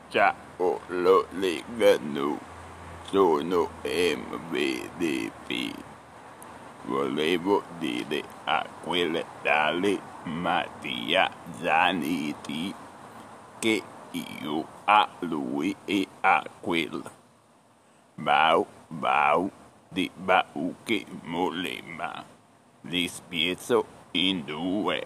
Ciao, lo legano, sono MVDP. Volevo dire a quel tale Mattia Zanetti che io a lui e a quel Bau Bau di Bauche Molemma li spezzo in due.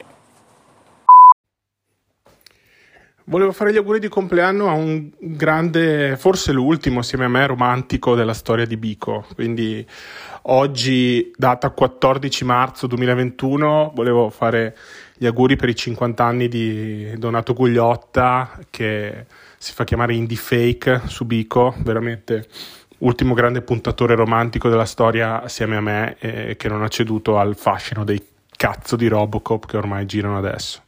Volevo fare gli auguri di compleanno a un grande, forse l'ultimo assieme a me, romantico della storia di Bico. Quindi oggi, data 14 marzo 2021, volevo fare gli auguri per i 50 anni di Donato Gugliotta, che si fa chiamare Indie Fake su Bico, veramente ultimo grande puntatore romantico della storia assieme a me, che non ha ceduto al fascino dei cazzo di Robocop che ormai girano adesso.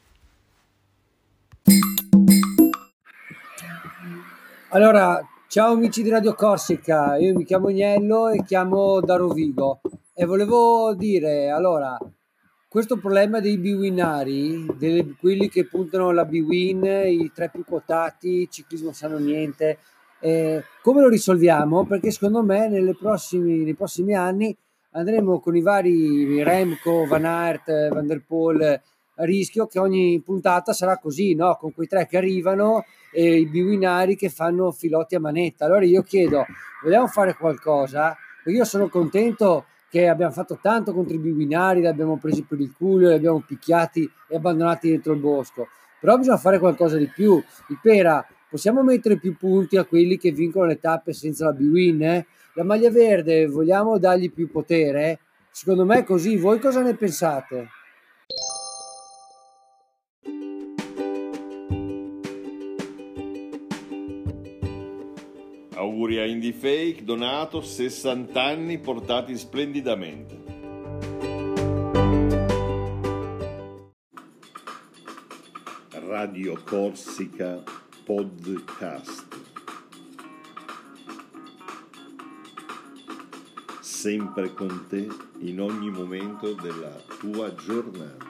Allora, ciao amici di Radio Corsica, io mi chiamo Agnello e chiamo da Rovigo e volevo dire, allora, questo problema dei biwinari, quelli che puntano la biwin, i tre più quotati, ciclismo sanno niente, come lo risolviamo? Perché secondo me nei prossimi anni andremo con i vari Remco, Van Aert, Van der Poel, a rischio che ogni puntata sarà così, no? Con quei tre che arrivano e i biwinari che fanno filotti a manetta. Allora io chiedo, vogliamo fare qualcosa? Perché io sono contento che abbiamo fatto tanto contro i biwinari, li abbiamo presi per il culo, li abbiamo picchiati e abbandonati dentro il bosco. Però bisogna fare qualcosa di più. Il Pera, possiamo mettere più punti a quelli che vincono le tappe senza la biwin? La maglia verde, vogliamo dargli più potere? Secondo me è così. Voi cosa ne pensate? Auguri a Indie Fake, Donato, 60 anni portati splendidamente. Radio Corsica Podcast. Sempre con te in ogni momento della tua giornata.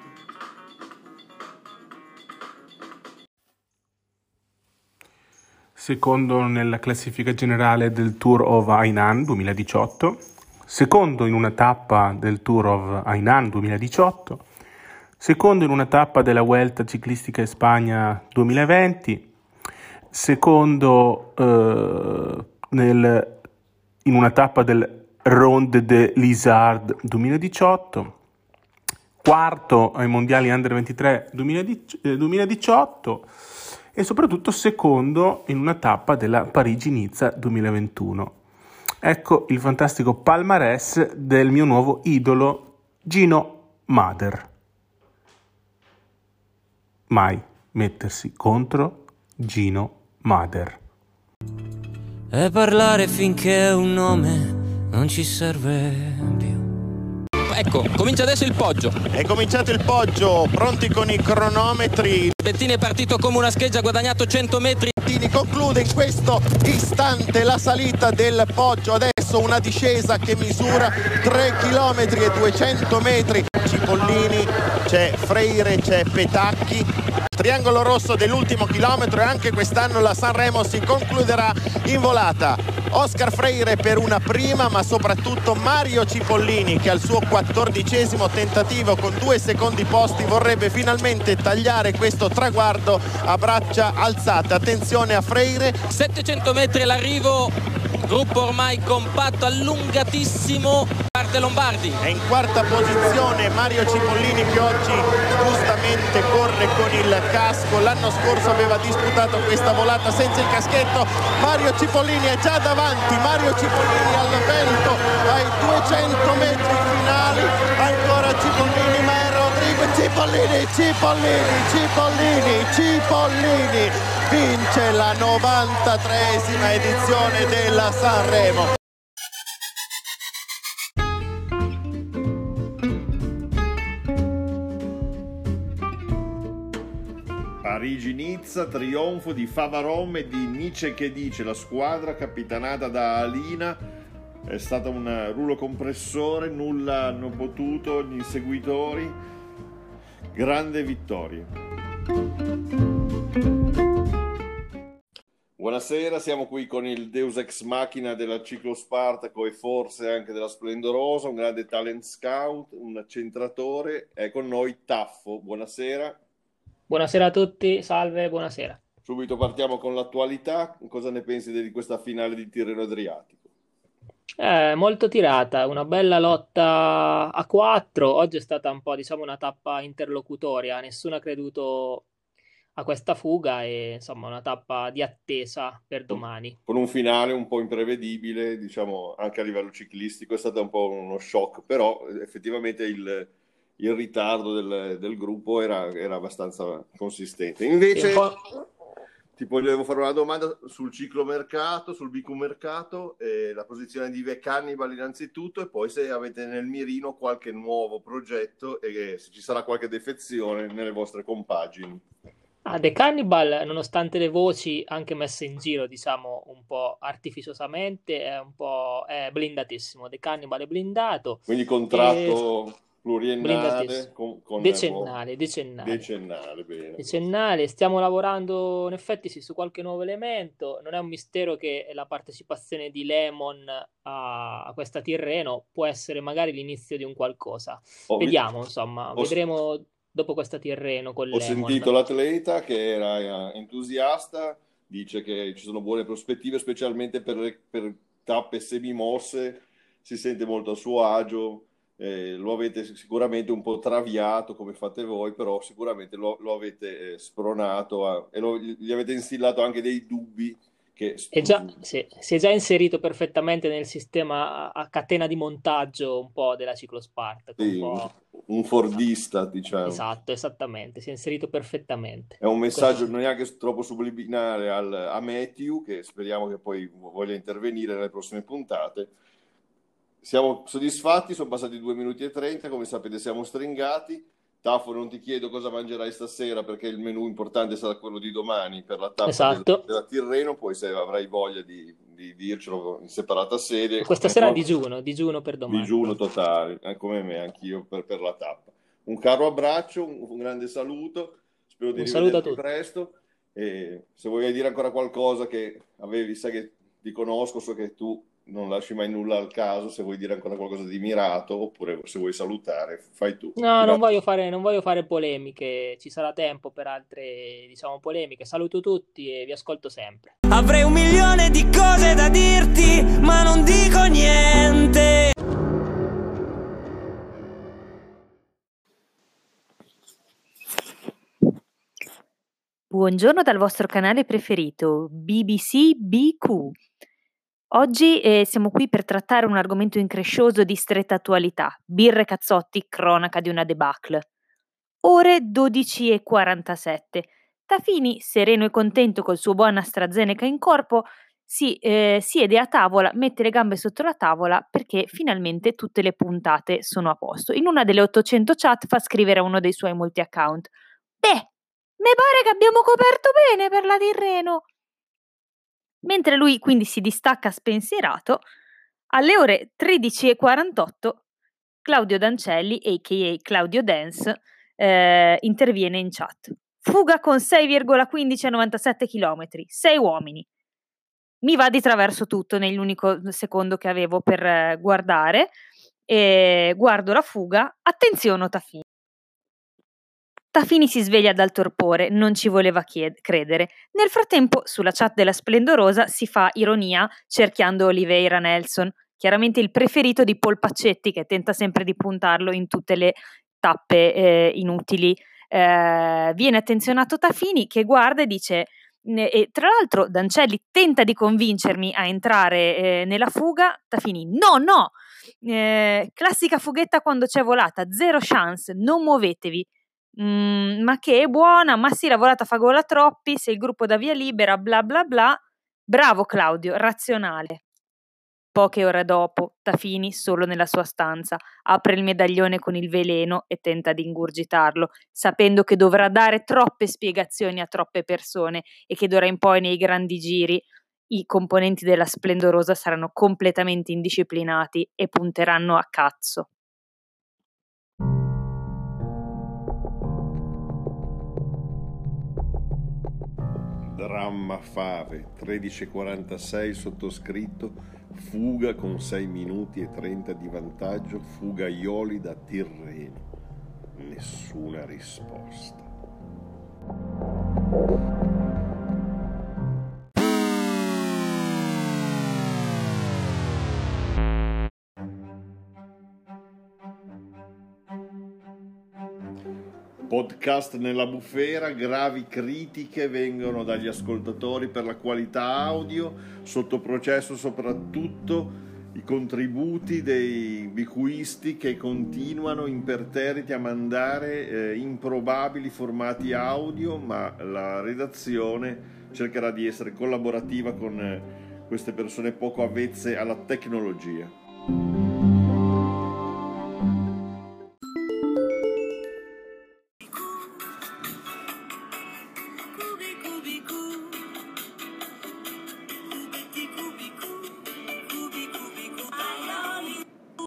Secondo nella classifica generale del Tour of Hainan 2018, secondo in una tappa del Tour of Hainan 2018, secondo in una tappa della Vuelta Ciclistica in Spagna 2020, secondo in una tappa del Ronde de l'Isard 2018, quarto ai Mondiali Under 23 2018 e soprattutto secondo in una tappa della Parigi-Nizza 2021. Ecco il fantastico palmarès del mio nuovo idolo Gino Mader. Mai mettersi contro Gino Mader. E parlare finché un nome non ci serve più. Ecco, comincia adesso il poggio. È cominciato il poggio, pronti con i cronometri. Bettini è partito come una scheggia, ha guadagnato 100 metri. Bettini conclude in questo istante la salita del poggio. Adesso una discesa che misura 3 km e 200 metri. Cipollini, c'è Freire, c'è Petacchi. Triangolo rosso dell'ultimo chilometro e anche quest'anno la Sanremo si concluderà in volata. Oscar Freire per una prima, ma soprattutto Mario Cipollini che al suo 14° tentativo con 2 secondi posti vorrebbe finalmente tagliare questo traguardo a braccia alzate. Attenzione a Freire. 700 metri l'arrivo, gruppo ormai compatto, allungatissimo, parte Lombardi. È in quarta posizione Mario Cipollini che oggi giustamente corre con il casco. L'anno scorso aveva disputato questa volata senza il caschetto. Mario Cipollini è già davanti, Mario Cipollini al vento ai 200 metri finali. Ancora Cipollini, ma è Rodrigo Cipollini vince la 93esima edizione della Sanremo. Parigi-Nizza, trionfo di Favaron e di Nice che dice. La squadra capitanata da Alina è stata un rullo compressore, nulla hanno potuto gli inseguitori. Grande vittoria. Buonasera, siamo qui con il Deus Ex Machina della Ciclo Spartaco e forse anche della Splendorosa, un grande talent scout, un centratore. È con noi Taffo. Buonasera. Buonasera a tutti, salve, buonasera. Subito partiamo con l'attualità. Cosa ne pensi di questa finale di Tirreno Adriatico? Molto tirata, una bella lotta a 4. Oggi è stata un po', diciamo, una tappa interlocutoria. Nessuno ha creduto a questa fuga e insomma una tappa di attesa per domani. Con un finale un po' imprevedibile, diciamo, anche a livello ciclistico è stato un po' uno shock, però effettivamente il ritardo del gruppo era abbastanza consistente. Invece ti volevo fare una domanda sul ciclomercato, sul BQ mercato, la posizione di The Cannibal innanzitutto, e poi se avete nel mirino qualche nuovo progetto e se ci sarà qualche defezione nelle vostre compagini. The Cannibal, nonostante le voci anche messe in giro, diciamo, un po' artificiosamente, è blindatissimo. The Cannibal è blindato. Quindi contratto pluriennale con decennale, bene. Decennale. Stiamo lavorando in effetti sì, su qualche nuovo elemento. Non è un mistero che la partecipazione di Lemon a questa Tirreno può essere magari l'inizio di un qualcosa. Vediamo, insomma, vedremo dopo questa Tirreno con Lemon. Ho sentito l'atleta che era entusiasta, dice che ci sono buone prospettive, specialmente per tappe semimosse, si sente molto a suo agio. Lo avete sicuramente un po' traviato come fate voi, però sicuramente lo avete spronato e gli avete instillato anche dei dubbi che si è già inserito perfettamente nel sistema a catena di montaggio un po' della Ciclo Spartaco. Sì, un fordista, diciamo. Esatto, esattamente, si è inserito perfettamente. È un messaggio non neanche troppo subliminale a Matthew, che speriamo che poi voglia intervenire nelle prossime puntate. Siamo soddisfatti, sono passati 2 minuti e 30, come sapete siamo stringati. Taffo, non ti chiedo cosa mangerai stasera perché il menù importante sarà quello di domani per la tappa della Tirreno, poi se avrai voglia di dircelo in separata sede. Questa sera digiuno per domani. Digiuno totale, come me, anch'io per la tappa. Un caro abbraccio, un grande saluto, spero di rivederti presto. E se vuoi dire ancora qualcosa che avevi, sai che ti conosco, so che tu non lasci mai nulla al caso, se vuoi dire ancora qualcosa di mirato oppure se vuoi salutare, fai tu. No, non voglio fare polemiche, ci sarà tempo per altre, diciamo, polemiche. Saluto tutti e vi ascolto sempre. Avrei 1.000.000 di cose da dirti, ma non dico niente. Buongiorno dal vostro canale preferito, BBC BQ. Oggi siamo qui per trattare un argomento increscioso di stretta attualità, birre cazzotti, cronaca di una debacle. Ore 12:47. Tafini, sereno e contento col suo buon AstraZeneca in corpo, si siede a tavola, mette le gambe sotto la tavola perché finalmente tutte le puntate sono a posto. In una delle 800 chat fa scrivere a uno dei suoi molti account: «Beh, mi pare che abbiamo coperto bene per la Tirreno». Mentre lui quindi si distacca spensierato, alle ore 13:48 Claudio Dancelli, a.k.a. Claudio Dance, interviene in chat. Fuga con 6,15 a 97 km, 6 uomini. Mi va di traverso tutto nell'unico secondo che avevo per guardare, e guardo la fuga, attenzione Tafini. Tafini si sveglia dal torpore, non ci voleva credere. Nel frattempo, sulla chat della Splendorosa si fa ironia cerchiando Oliveira Nelson, chiaramente il preferito di Paul Paccetti, che tenta sempre di puntarlo in tutte le tappe inutili. Viene attenzionato Tafini, che guarda e dice... E tra l'altro Dancelli tenta di convincermi a entrare nella fuga. Tafini, no! Classica fughetta quando c'è volata, zero chance, non muovetevi. Ma che è buona, ma sì, la volata fa gola troppi, se il gruppo dà via libera, bla bla bla. Bravo Claudio, razionale. Poche ore dopo, Tafini, solo nella sua stanza, apre il medaglione con il veleno e tenta di ingurgitarlo, sapendo che dovrà dare troppe spiegazioni a troppe persone e che d'ora in poi nei grandi giri i componenti della Splendorosa saranno completamente indisciplinati e punteranno a cazzo. Dramma Fave 13:46 sottoscritto, fuga con 6 minuti e 30 di vantaggio, fuga Ioli da Tirreno, nessuna risposta. Podcast nella bufera, gravi critiche vengono dagli ascoltatori per la qualità audio, sotto processo soprattutto i contributi dei bicuisti che continuano imperterriti a mandare improbabili formati audio, ma la redazione cercherà di essere collaborativa con queste persone poco avvezze alla tecnologia.